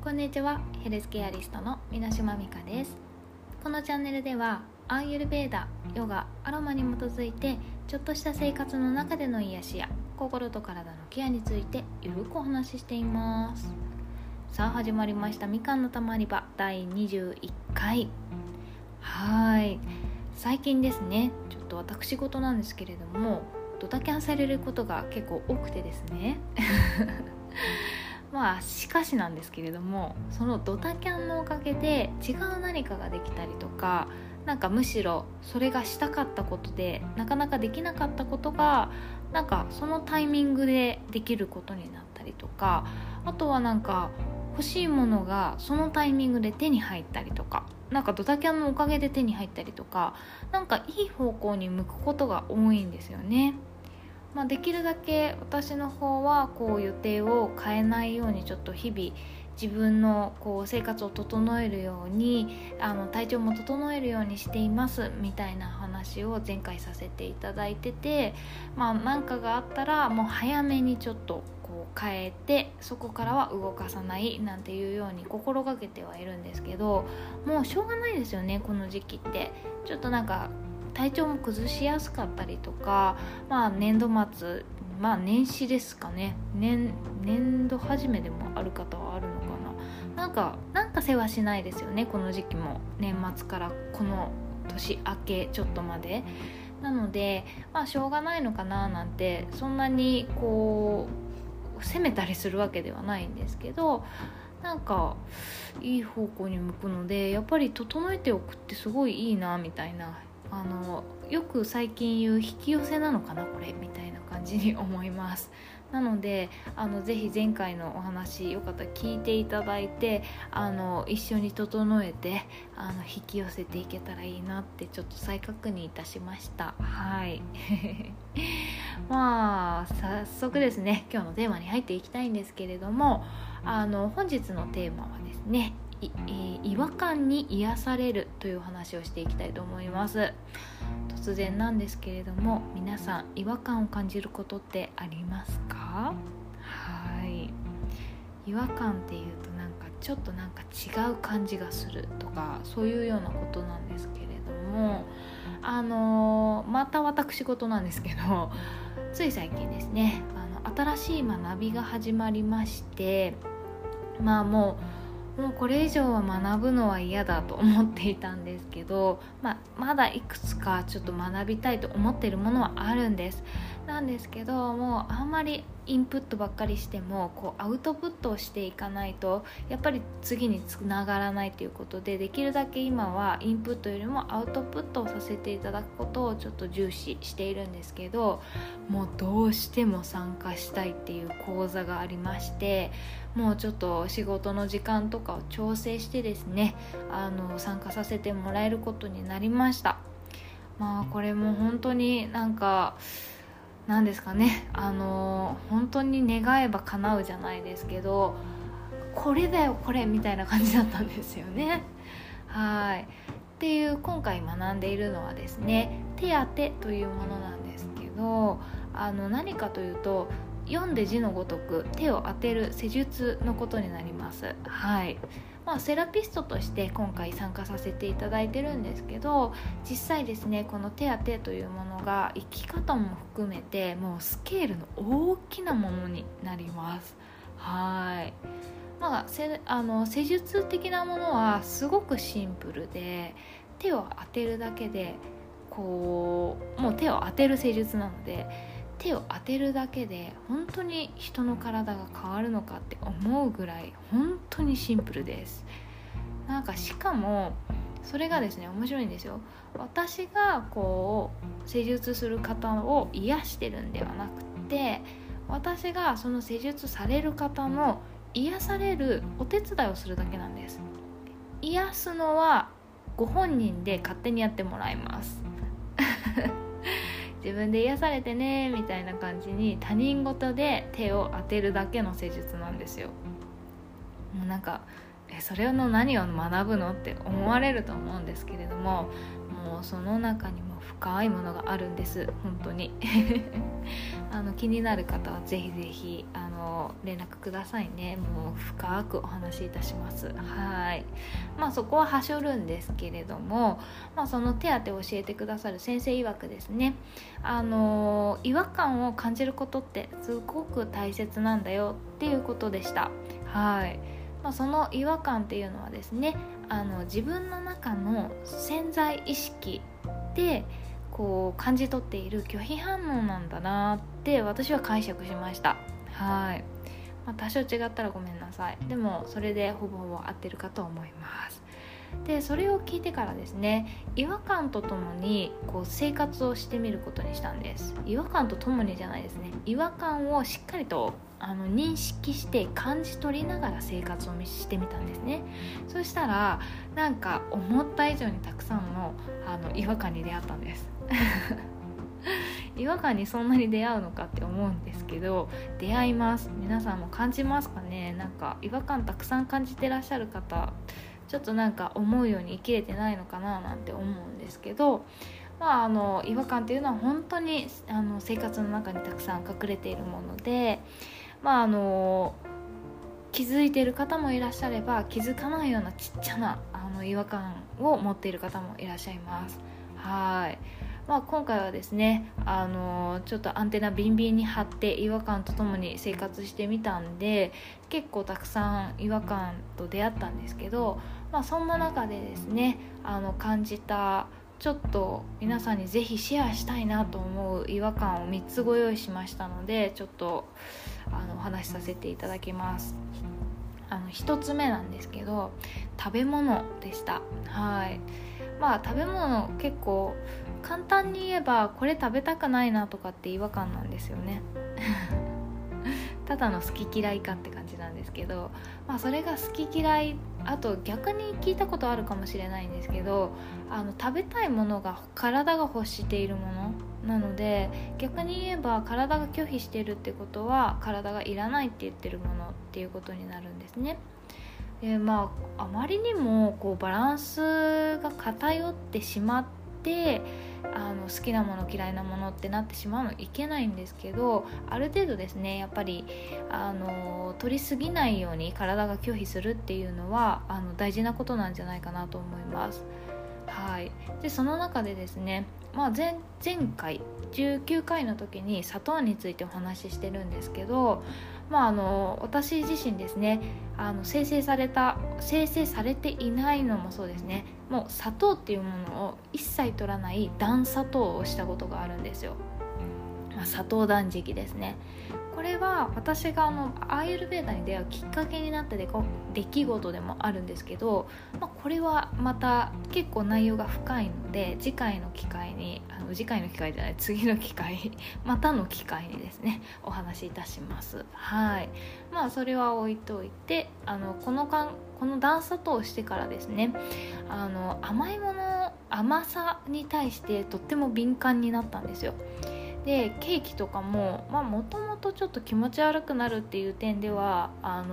こんにちは。ヘルスケアリストのみなしまみかです。このチャンネルではアーユルヴェーダ、ヨガ、アロマに基づいてちょっとした生活の中での癒しや心と体のケアについてゆるくお話ししています。さあ始まりました、みかんのたまり場第21回。最近ですね、ちょっと私事なんですけれども、ドタキャンされることが結構多くてですねしかしなんですけれども、そのドタキャンのおかげで違う何かができたりとか、むしろそれがしたかったことでなかなかできなかったことがそのタイミングでできることになったりとか、あとは欲しいものがそのタイミングで手に入ったりとか、ドタキャンのおかげで手に入ったりとか、いい方向に向くことが多いんですよね。できるだけ私の方は予定を変えないように、ちょっと日々自分の生活を整えるように、体調も整えるようにしていますみたいな話を前回させていただいてて、何かがあったらもう早めにちょっと変えて、そこからは動かさないなんていうように心がけてはいるんですけど、もうしょうがないですよね。この時期ってちょっと体調も崩しやすかったりとか、年度末、年始ですかね、年度始めでもある方はあるのかな、世話しないですよね、この時期も。年末からこの年明けちょっとまでなので、しょうがないのかななんて、そんなに責めたりするわけではないんですけど、いい方向に向くので、やっぱり整えておくってすごいいいなみたいな、よく最近言う引き寄せなのかなこれみたいな感じに思います。なのでぜひ前回のお話よかったら聞いていただいて、一緒に整えて引き寄せていけたらいいなってちょっと再確認いたしました。早速ですね、今日のテーマに入っていきたいんですけれども、本日のテーマはですね、違和感に癒されるという話をしていきたいと思います。突然なんですけれども、皆さん違和感を感じることってありますか？違和感っていうとちょっと違う感じがするとか、そういうようなことなんですけれども、また私事なんですけど、つい最近ですね、新しい学びが始まりまして、もうこれ以上は学ぶのは嫌だと思っていたんですけど、まだいくつかちょっと学びたいと思っているものはあるんです。なんですけど、もうあんまりインプットばっかりしてもアウトプットをしていかないとやっぱり次につながらないということで、できるだけ今はインプットよりもアウトプットをさせていただくことをちょっと重視しているんですけど、もうどうしても参加したいっていう講座がありまして、もうちょっと仕事の時間とかを調整してですね、参加させてもらえることになりました。これも本当になんですかね、本当に願えば叶うじゃないですけど、これだよこれみたいな感じだったんですよね。っていう、今回学んでいるのはですね、手当てというものなんですけど、何かというと、読んで字のごとく手を当てる施術のことになります。セラピストとして今回参加させていただいてるんですけど、実際ですね、この手当てというものが生き方も含めてもうスケールの大きなものになります。施術的なものはすごくシンプルで、手を当てるだけでもう手を当てる施術なので、手を当てるだけで本当に人の体が変わるのかって思うぐらい本当にシンプルです。しかもそれがですね、面白いんですよ。私が施術する方を癒してるんではなくて、私がその施術される方の癒されるお手伝いをするだけなんです。癒すのはご本人で勝手にやってもらいます自分で癒されてねみたいな感じに他人事で手を当てるだけの施術なんですよ。もうそれの何を学ぶのって思われると思うんですけれども、 もうその中にも深いものがあるんです。本当に気になる方はぜひぜひ連絡くださいね。もう深くお話しいたします。はい。そこははしょるんですけれども、その手当を教えてくださる先生曰くですね、違和感を感じることってすごく大切なんだよっていうことでした。はい。その違和感っていうのはですね、自分の中の潜在意識でこう感じ取っている拒否反応なんだなって私は解釈しました。はい。多少違ったらごめんなさい。でもそれでほぼほぼ合ってるかと思います。でそれを聞いてからですね、違和感とともにこう生活をしてみることにしたんです。違和感とともにじゃないですね、違和感をしっかりと認識して感じ取りながら生活をしてみたんですね。そしたらなんか思った以上にたくさんの違和感に出会ったんです違和感にそんなに出会うのかって思うんですけど、出会います。皆さんも感じますかね。なんか違和感たくさん感じてらっしゃる方、ちょっとなんか思うように生きれてないのかななんて思うんですけど、違和感っていうのは本当に生活の中にたくさん隠れているもので、気づいている方もいらっしゃれば気づかないようなちっちゃな違和感を持っている方もいらっしゃいます。はい。今回はですねちょっとアンテナビンビンに張って違和感とともに生活してみたんで、結構たくさん違和感と出会ったんですけど、そんな中でですね感じたちょっと皆さんにぜひシェアしたいなと思う違和感を3つご用意しましたので、ちょっとお話しさせていただきます。1つ目なんですけど、食べ物でした。はい。食べ物結構簡単に言えばこれ食べたくないなとかって違和感なんですよねただの好き嫌いかって感じなんですけど、それが好き嫌い、あと逆に聞いたことあるかもしれないんですけど、食べたいものが体が欲しているものなので、逆に言えば体が拒否しているってことは体がいらないって言ってるものっていうことになるんですね。であまりにもこうバランスが偏ってしまって好きなもの嫌いなものってなってしまうのいけないんですけど、ある程度ですねやっぱり取りすぎないように体が拒否するっていうのは大事なことなんじゃないかなと思います。はい。でその中でですね、前回19回の時に砂糖についてお話ししてるんですけど、私自身ですね生成されていないのもそうですね、もう砂糖っていうものを一切取らない断砂糖をしたことがあるんですよ。砂糖断食ですね。これは私がアーユルヴェーダに出会うきっかけになった出来事でもあるんですけど、これはまた結構内容が深いので次の機会またの機会にですねお話しいたします。はい。それは置いといてこの断砂糖をしてからですね甘いもの甘さに対してとっても敏感になったんですよ。でケーキとかももともとちょっと気持ち悪くなるっていう点では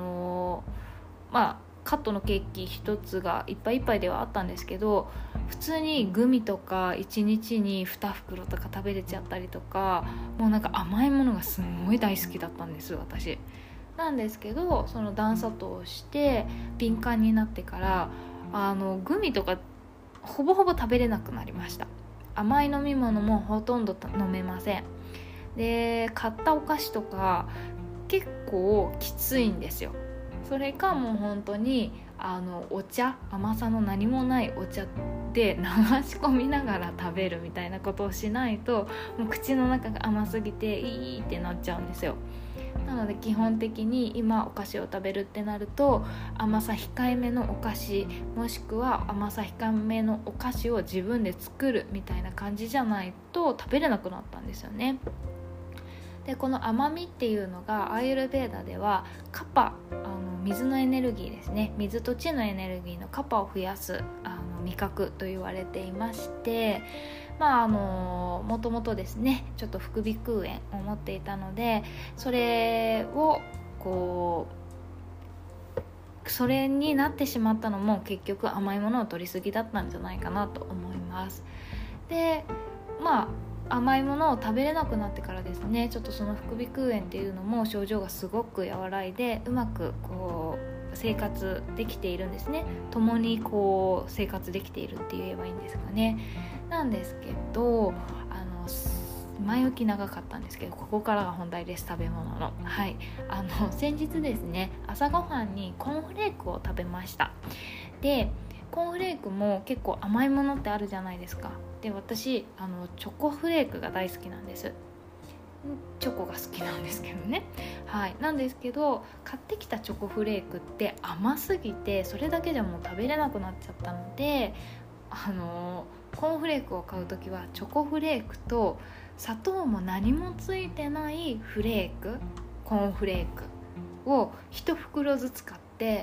カットのケーキ一つがいっぱいいっぱいではあったんですけど、普通にグミとか1日に2袋とか食べれちゃったりとか、もうなんか甘いものがすごい大好きだったんです私。なんですけどその断砂糖をして敏感になってからグミとかほぼほぼ食べれなくなりました。甘い飲み物もほとんど飲めません。で買ったお菓子とか結構きついんですよ。それかもう本当にお茶、甘さの何もないお茶で流し込みながら食べるみたいなことをしないともう口の中が甘すぎていいってなっちゃうんですよ。なので基本的に今お菓子を食べるってなると甘さ控えめのお菓子、もしくは甘さ控えめのお菓子を自分で作るみたいな感じじゃないと食べれなくなったんですよね。でこの甘みっていうのがアーユルヴェーダではカパ、水のエネルギーですね、水と地のエネルギーのカパを増やす味覚と言われていまして、もともとですねちょっと副鼻腔炎を持っていたので、それになってしまったのも結局甘いものを取りすぎだったんじゃないかなと思います。 ます。で甘いものを食べれなくなってからですね、ちょっとその副鼻腔炎っていうのも症状がすごく和らいで、うまく生活できているんですね。共に生活できているって言えばいいんですかね。なんですけど前置き長かったんですけど、ここからが本題です。食べ物の先日ですね、朝ごはんにコーンフレークを食べました。でコーンフレークも結構甘いものってあるじゃないですか。で私チョコフレークが大好きなんです。チョコが好きなんですけどね。なんですけど、買ってきたチョコフレークって甘すぎてそれだけじゃもう食べれなくなっちゃったので、コーンフレークを買うときはチョコフレークと砂糖も何もついてないフレーク、コーンフレークを1袋ずつ買って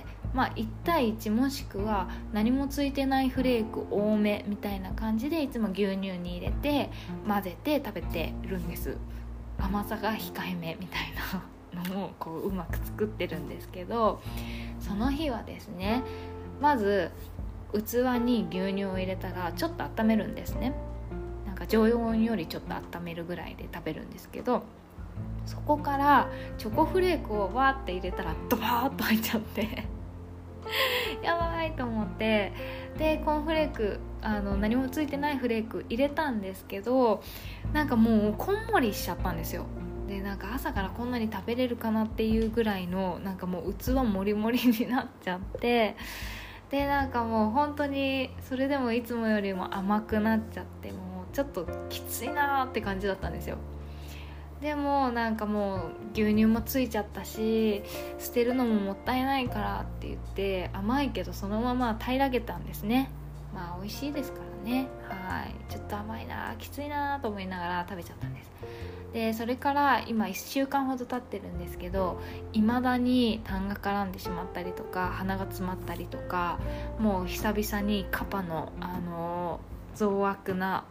、1対1もしくは何もついてないフレーク多めみたいな感じでいつも牛乳に入れて混ぜて食べてるんです。甘さが控えめみたいなのをうまく作ってるんですけど、その日はですね、まず器に牛乳を入れたらちょっと温めるんですね。なんか常温よりちょっと温めるぐらいで食べるんですけど、そこからチョコフレークをわーって入れたらドバーッと入っちゃってやばいと思って、でコーンフレーク何もついてないフレーク入れたんですけど、なんかもうこんもりしちゃったんですよ。でなんか朝からこんなに食べれるかなっていうぐらいのなんかもう器もりもりになっちゃって、でなんかもう本当にそれでもいつもよりも甘くなっちゃって、もうちょっときついなって感じだったんですよ。でもなんかもう牛乳もついちゃったし捨てるのももったいないからって言って甘いけどそのまま平らげたんですね。美味しいですからね。ちょっと甘いなきついなと思いながら食べちゃったんです。でそれから今1週間ほど経ってるんですけど、未だに痰が絡んでしまったりとか鼻が詰まったりとか、もう久々にカパの増悪な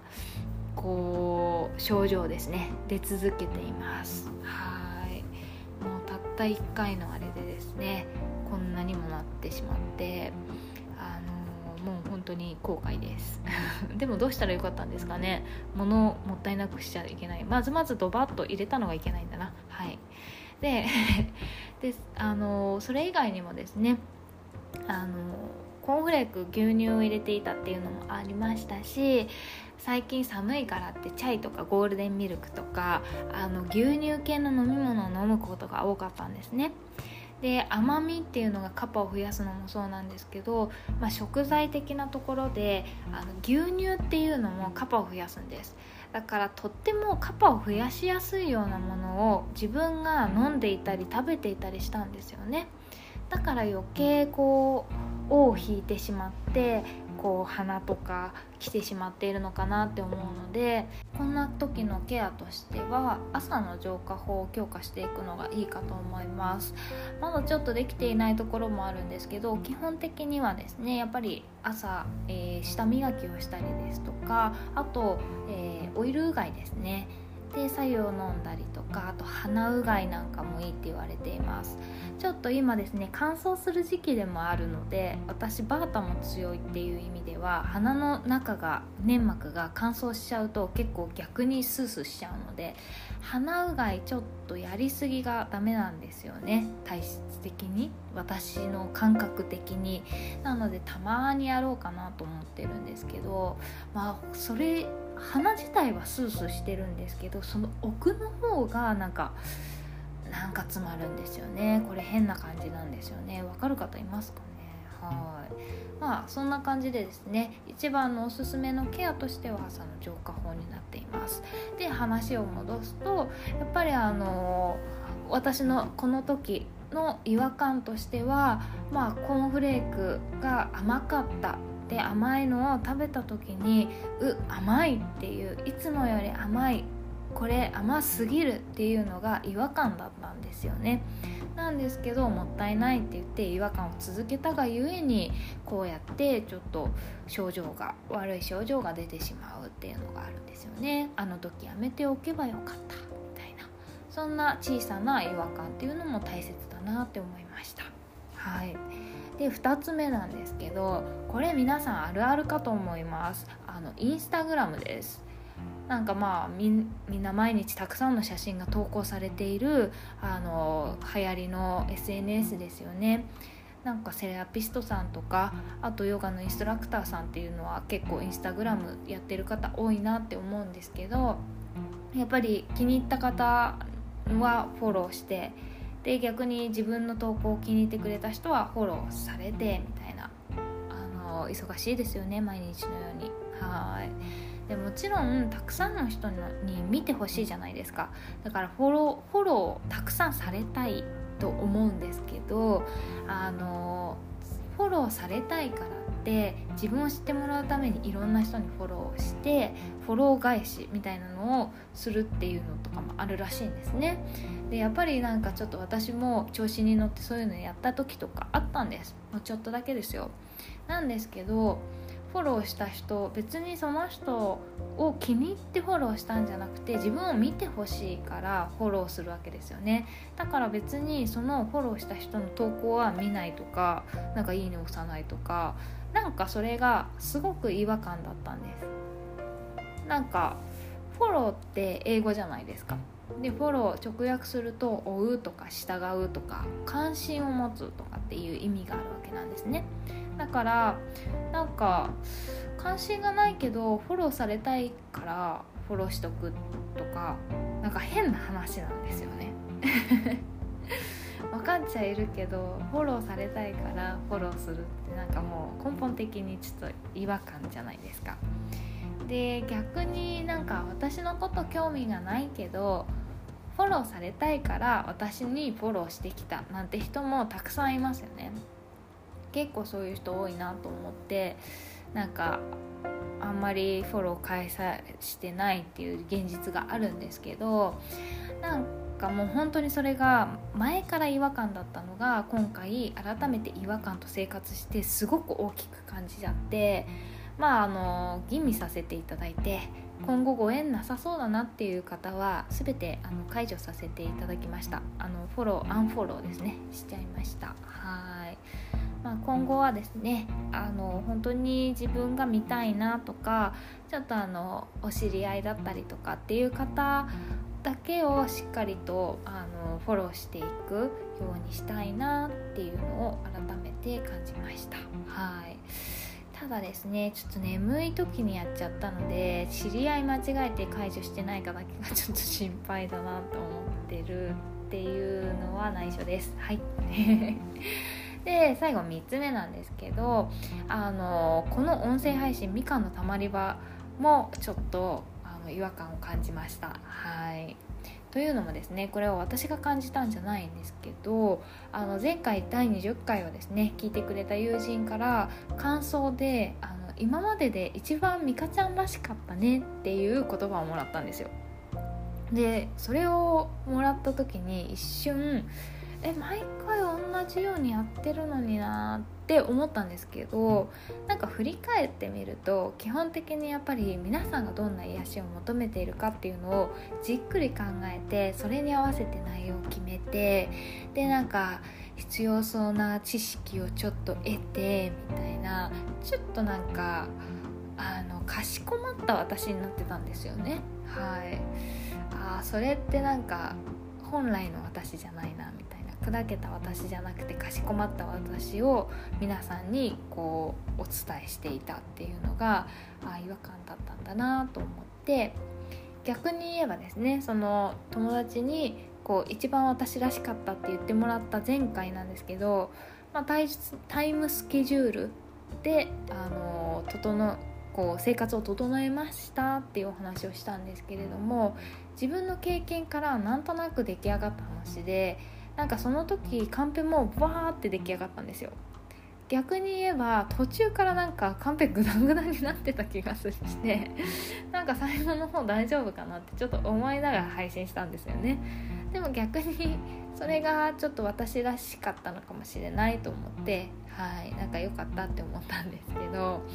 症状ですね出続けています。もうたった1回のあれでですね、こんなにもなってしまってもう本当に後悔ですでもどうしたらよかったんですかね。物をもったいなくしちゃいけない。まずドバッと入れたのがいけないんだな。でそれ以外にもですね、コーンフレーク牛乳を入れていたっていうのもありましたし、最近寒いからってチャイとかゴールデンミルクとか牛乳系の飲み物を飲むことが多かったんですね。で甘みっていうのがカパを増やすのもそうなんですけど、食材的なところで牛乳っていうのもカパを増やすんです。だからとってもカパを増やしやすいようなものを自分が飲んでいたり食べていたりしたんですよね。だから余計尾を引いてしまって鼻とか来てしまっているのかなって思うので、こんな時のケアとしては朝の浄化法を強化していくのがいいかと思います。まだちょっとできていないところもあるんですけど、基本的にはですねやっぱり朝、舌磨きをしたりですとか、あと、オイルうがいですねで白湯を飲んだりとか、あと鼻うがいなんかもいいって言われています。ちょっと今ですね乾燥する時期でもあるので、私バータも強いっていう意味では鼻の中が粘膜が乾燥しちゃうと結構逆にスースーしちゃうので、鼻うがいちょっとやりすぎがダメなんですよね、体質的に、私の感覚的に。なのでたまにやろうかなと思ってるんですけど、それ鼻自体はスースーしてるんですけど、その奥の方がなんか詰まるんですよね。これ変な感じなんですよね。わかる方いますかね。そんな感じでですね、一番のおすすめのケアとしては朝の浄化法になっています。で話を戻すと、やっぱり私のこの時の違和感としては、コーンフレークが甘かったで、甘いのを食べた時に甘いっていう、いつもより甘い、これ甘すぎるっていうのが違和感だったんですよね。なんですけどもったいないって言って違和感を続けたがゆえに、こうやってちょっと悪い症状が出てしまうっていうのがあるんですよね。あの時やめておけばよかったみたいな、そんな小さな違和感っていうのも大切だなって思いました。 はい。で2つ目なんですけど、これ皆さんあるあるかと思います。インスタグラムです。なんかみんな毎日たくさんの写真が投稿されている流行りの SNS ですよね。なんかセラピストさんとか、あとヨガのインストラクターさんっていうのは結構インスタグラムやってる方多いなって思うんですけど、やっぱり気に入った方はフォローして、で逆に自分の投稿を気に入ってくれた人はフォローされてみたいな、忙しいですよね、毎日のように。はい。でもちろんたくさんの人に見てほしいじゃないですか。だからフォローをたくさんされたいと思うんですけど、フォローされたいからって自分を知ってもらうためにいろんな人にフォローしてフォロー返しみたいなのをするっていうのとかもあるらしいんですね。でやっぱりなんかちょっと私も調子に乗ってそういうのやった時とかあったんです。もうちょっとだけですよ。なんですけど、フォローした人、別にその人を気に入ってフォローしたんじゃなくて、自分を見てほしいからフォローするわけですよね。だから別にそのフォローした人の投稿は見ないとか、なんかいいねを押さないとか、なんかそれがすごく違和感だったんです。なんかフォローって英語じゃないですか。でフォロー直訳すると追うとか従うとか関心を持つとかっていう意味があるわけなんですね。だからなんか関心がないけどフォローされたいからフォローしとくとか、なんか変な話なんですよね分かっちゃいるけどフォローされたいからフォローするってなんかもう根本的にちょっと違和感じゃないですか。で逆になんか私のこと興味がないけどフォローされたいから私にフォローしてきたなんて人もたくさんいますよね。結構そういう人多いなと思って、なんかあんまりフォロー返さしてないっていう現実があるんですけど、なんかもう本当にそれが前から違和感だったのが今回改めて違和感と生活してすごく大きく感じちゃって、吟味させていただいて、今後ご縁なさそうだなっていう方は全て解除させていただきました。フォローアンフォローですね、しちゃいました。はい。今後はですね、本当に自分が見たいなとか、ちょっとお知り合いだったりとかっていう方だけをしっかりとフォローしていくようにしたいなっていうのを改めて感じました。はい。ただですね、ちょっと眠い時にやっちゃったので、知り合い間違えて解除してないかだけがちょっと心配だなと思ってるっていうのは内緒です。はいで最後3つ目なんですけど、この音声配信みかんのたまり場もちょっと違和感を感じました。はい。というのもですね、これは私が感じたんじゃないんですけど、前回第20回はですね、聞いてくれた友人から感想で今までで一番ミカちゃんらしかったねっていう言葉をもらったんですよ。でそれをもらった時に一瞬毎回同じようにやってるのになって思ったんですけど、なんか振り返ってみると基本的にやっぱり皆さんがどんな癒しを求めているかっていうのをじっくり考えて、それに合わせて内容を決めて、でなんか必要そうな知識をちょっと得てみたいな、ちょっとなんかかしこまった私になってたんですよね。はい。それってなんか本来の私じゃないなみたいな、砕けた私じゃなくてかしこまった私を皆さんにこうお伝えしていたっていうのが違和感だったんだなと思って、逆に言えばですね、その友達にこう一番私らしかったって言ってもらった前回なんですけど、タイムスケジュールでこう生活を整えましたっていうお話をしたんですけれども、自分の経験からなんとなく出来上がった話で、なんかその時カンペもバーって出来上がったんですよ。逆に言えば途中からなんかカンペグダグダになってた気がしてなんか最後の方大丈夫かなってちょっと思いながら配信したんですよね。でも逆にそれがちょっと私らしかったのかもしれないと思って、はい、なんか良かったって思ったんですけど、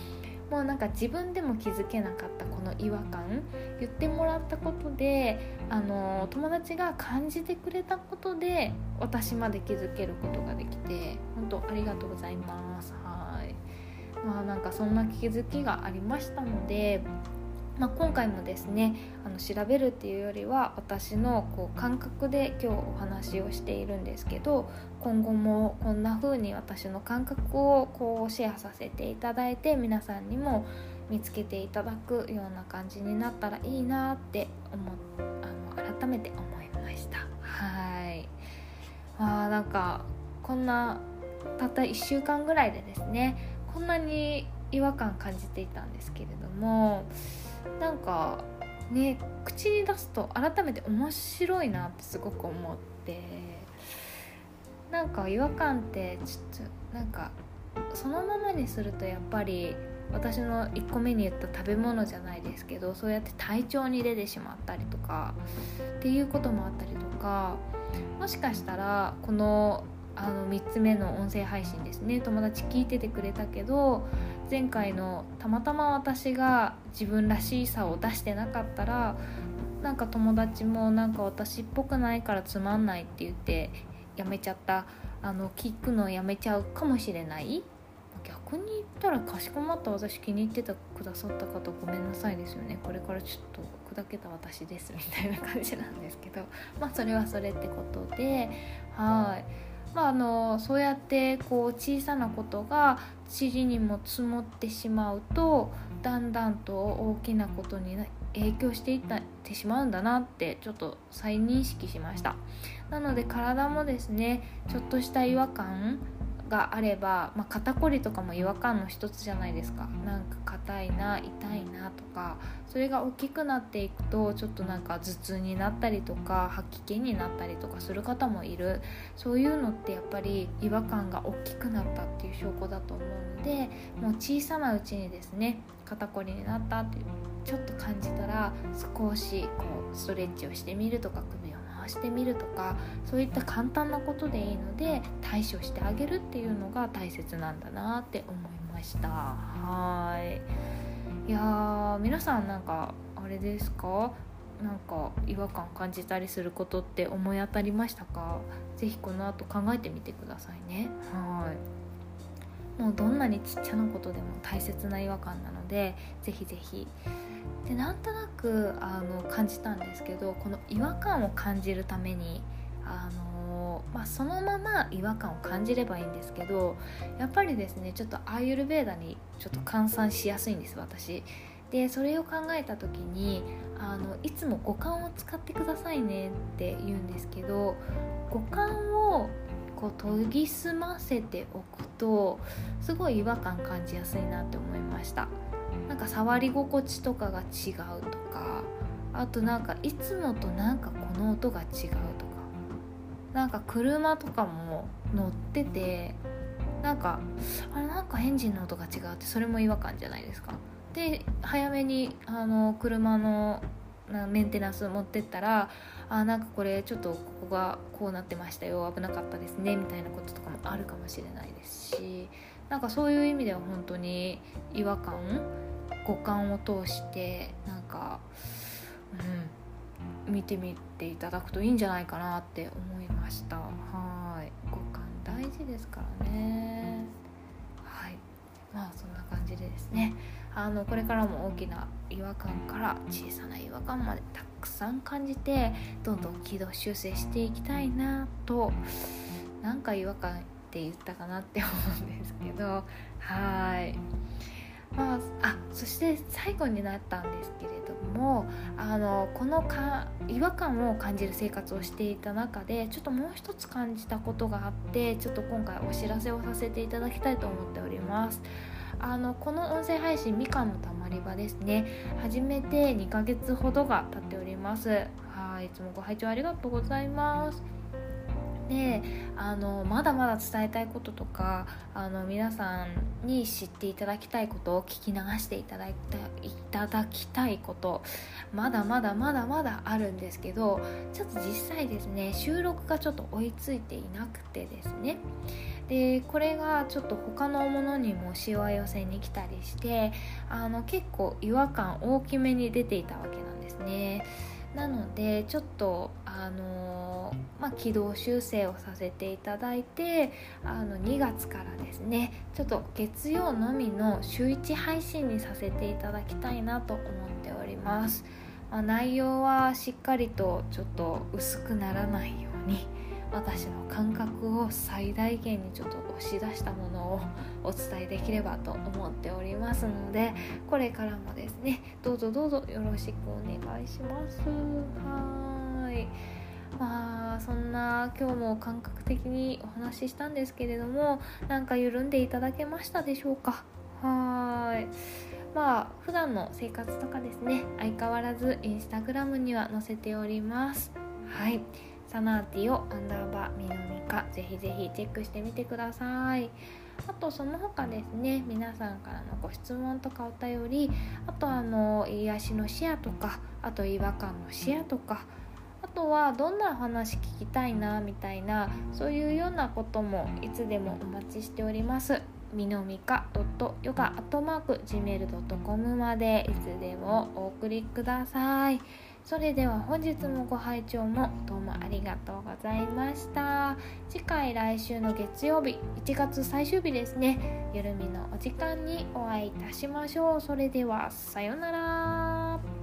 もうなんか自分でも気づけなかったこの違和感言ってもらったことで友達が感じてくれたことで私まで気づけることができて本当ありがとうございます。はい、なんかそんな気づきがありましたので、今回もですね調べるっていうよりは私の感覚で今日お話をしているんですけど、今後もこんな風に私の感覚をシェアさせていただいて皆さんにも見つけていただくような感じになったらいいなって改めて思いました。はい、なんかこんなたった1週間ぐらいでですねこんなに違和感感じていたんですけれども、なんかね口に出すと改めて面白いなってすごく思って、なんか違和感ってちょっとなんかそのままにするとやっぱり私の1個目に言った食べ物じゃないですけど、そうやって体調に出てしまったりとかっていうこともあったりとか、もしかしたらこの3つ目の音声配信ですね、友達聞いててくれたけど前回のたまたま私が自分らしさを出してなかったらなんか友達もなんか私っぽくないからつまんないって言ってやめちゃった聞くのやめちゃうかもしれない。逆に言ったらかしこまった私気に入ってくださった方ごめんなさいですよね、これからちょっと砕けた私ですみたいな感じなんですけど、それはそれってことで、はい、そうやって小さなことが塵にも積もってしまうとだんだんと大きなことに影響していってしまうんだなってちょっと再認識しました。なので体もですねちょっとした違和感があれば、肩こりとかも違和感の一つじゃないですか。なんか硬いな、痛いなとか、それが大きくなっていくとちょっとなんか頭痛になったりとか吐き気になったりとかする方もいる。そういうのってやっぱり違和感が大きくなったっていう証拠だと思うので、もう小さなうちにですね肩こりになったってちょっと感じたら少しストレッチをしてみるとか首を回してみるとか、そういった簡単なことでいいので対処してあげるっていうのが大切なんだなって思いました。はい、いや皆さんなんかあれですか、なんか違和感感じたりすることって思い当たりましたか？ぜひこの後考えてみてくださいね。はい、もうどんなにちっちゃなことでも大切な違和感なのでぜひぜひで、なんとなく感じたんですけど、この違和感を感じるためにそのまま違和感を感じればいいんですけど、やっぱりですねちょっとアーユルヴェーダにちょっと換算しやすいんです私で。それを考えた時にいつも五感を使ってくださいねって言うんですけど、五感を研ぎ澄ませておくとすごい違和感感じやすいなって思いました。なんか触り心地とかが違うとか、あとなんかいつもとなんかこの音が違うとか、なんか車とかも乗っててなんかエンジンの音が違うってそれも違和感じゃないですか。で早めに車のメンテナンス持ってったらなんかこれちょっとここがこうなってましたよ、危なかったですねみたいなこととかもあるかもしれないですし、なんかそういう意味では本当に違和感五感を通してなんか、見てみていただくといいんじゃないかなって思いました。はい、五感大事ですからね。はい、そんな感じでですねこれからも大きな違和感から小さな違和感までたくさん感じてどんどん軌道修正していきたいなと、なんか違和感って言ったかなって思うんですけど、はい、そして最後になったんですけれどもこの違和感を感じる生活をしていた中でちょっともう一つ感じたことがあって、ちょっと今回お知らせをさせていただきたいと思っております。この音声配信みかんのたまり場ですね、始めて2ヶ月ほどが経っております。はい、いつもご拝聴ありがとうございます。ででまだまだ伝えたいこととか皆さんに知っていただきたいことを聞き流していただきたいことまだまだあるんですけど、ちょっと実際ですね収録がちょっと追いついていなくてですね、でこれがちょっと他のものにもしわ寄せに来たりして結構違和感大きめに出ていたわけなんですね。なのでちょっと軌道修正をさせていただいて2月からですねちょっと月曜のみの週1配信にさせていただきたいなと思っております。内容はしっかりとちょっと薄くならないように私の感覚を最大限にちょっと押し出したものをお伝えできればと思っておりますので、これからもですねどうぞよろしくお願いします。はい、そんな今日も感覚的にお話ししたんですけれども、なんか緩んでいただけましたでしょうか。普段の生活とかですね相変わらずインスタグラムには載せております。はい、サナーティオ_みのみかぜひチェックしてみてください。あとその他ですね皆さんからのご質問とかお便り、あと癒しのシェアとか、あと違和感のシェアとか、あとはどんな話聞きたいなみたいなそういうようなこともいつでもお待ちしております。みのみか.yoga@gmail.com までいつでもお送りください。それでは本日もご拝聴もどうもありがとうございました。次回来週の月曜日1月最終日ですね、ゆるみのお時間にお会いいたしましょう。それではさようなら。